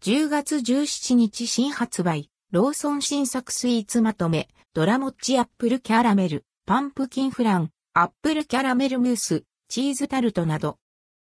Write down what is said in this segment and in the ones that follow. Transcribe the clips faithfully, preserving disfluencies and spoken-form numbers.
じゅうがつじゅうしちにち新発売、ローソン新作スイーツまとめ、ドラモッチアップルキャラメル、パンプキンフラン、アップルキャラメルムース、チーズタルトなど。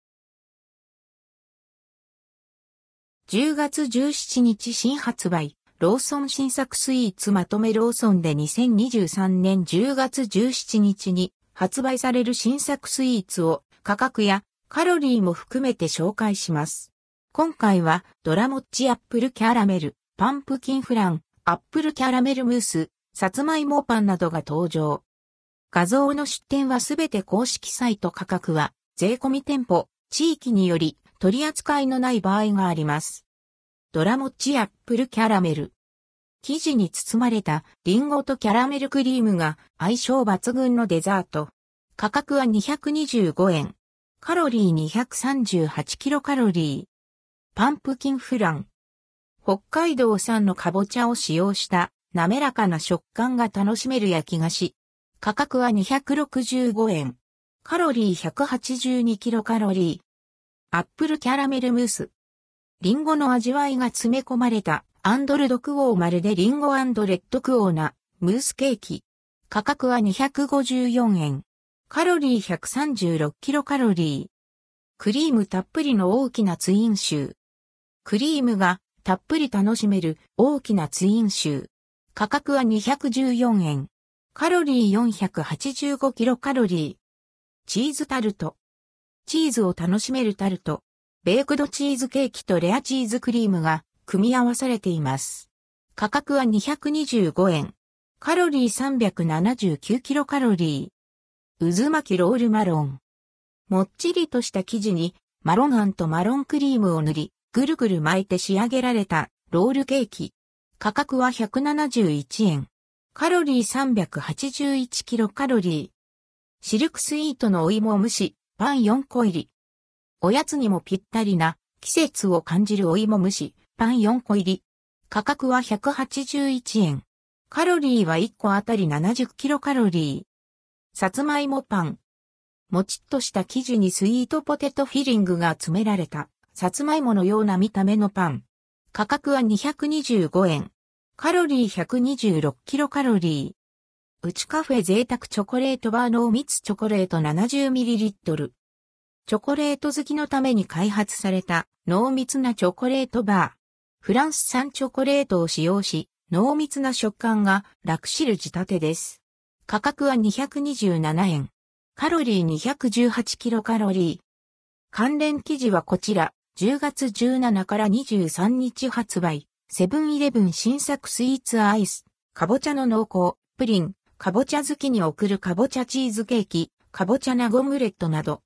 じゅうがつじゅうしちにち新発売、ローソン新作スイーツまとめローソンでにせんにじゅうさんねんじゅうがつじゅうしちにちに発売される新作スイーツを価格やカロリーも含めて紹介します。今回はドラモッチアップルキャラメル、パンプキンフラン、アップルキャラメルムース、さつまいもパンなどが登場。画像の出店はすべて公式サイト価格は税込み店舗、地域により取り扱いのない場合があります。ドラモッチアップルキャラメル。生地に包まれたリンゴとキャラメルクリームが相性抜群のデザート。価格はにひゃくにじゅうごえん。カロリーにひゃくさんじゅうはちキロカロリー。パンプキンフラン。北海道産のかぼちゃを使用した滑らかな食感が楽しめる焼き菓子。価格はにひゃくろくじゅうごえん。カロリーひゃくはちじゅうにキロカロリー。アップルキャラメルムース。リンゴの味わいが詰め込まれたアンドルドクオーまるでリンゴ&レッドクオーなムースケーキ。価格はにひゃくごじゅうよんえん。カロリーひゃくさんじゅうろくキロカロリー。クリームたっぷりの大きなツインシュー。クリームがたっぷり楽しめる大きなツインシュー。価格はにひゃくじゅうよんえん。カロリーよんひゃくはちじゅうごキロカロリー。チーズタルト。チーズを楽しめるタルト。ベークドチーズケーキとレアチーズクリームが組み合わされています。価格はにひゃくにじゅうごえん。カロリーさんびゃくななじゅうきゅうキロカロリー。渦巻きロールマロン。もっちりとした生地にマロンあんとマロンクリームを塗り、ぐるぐる巻いて仕上げられたロールケーキ。価格はひゃくななじゅういちえん。カロリーさんびゃくはちじゅういちキロカロリー。シルクスイートのお芋蒸し、パンよんこ入り。おやつにもぴったりな季節を感じるお芋蒸し、パンよんこ入り。価格はひゃくはちじゅういちえん。カロリーはいっこあたりななじゅうキロカロリー。さつまいもパン。もちっとした生地にスイートポテトフィリングが詰められた、さつまいものような見た目のパン。価格はにひゃくにじゅうごえん。カロリーひゃくにじゅうろくキロカロリー。うちカフェ贅沢チョコレートバー濃密チョコレート ななじゅうミリリットル。チョコレート好きのために開発された濃密なチョコレートバー。フランス産チョコレートを使用し、濃密な食感が楽しる仕立てです。価格はにひゃくにじゅうななえん。カロリーにひゃくじゅうはちキロカロリー。関連記事はこちら、じゅうがつじゅうしちにちからにじゅうさんにち発売。セブンイレブン新作スイーツアイス。かぼちゃの濃厚、プリン、かぼちゃ好きに送るかぼちゃチーズケーキ、かぼちゃナゴムレットなど。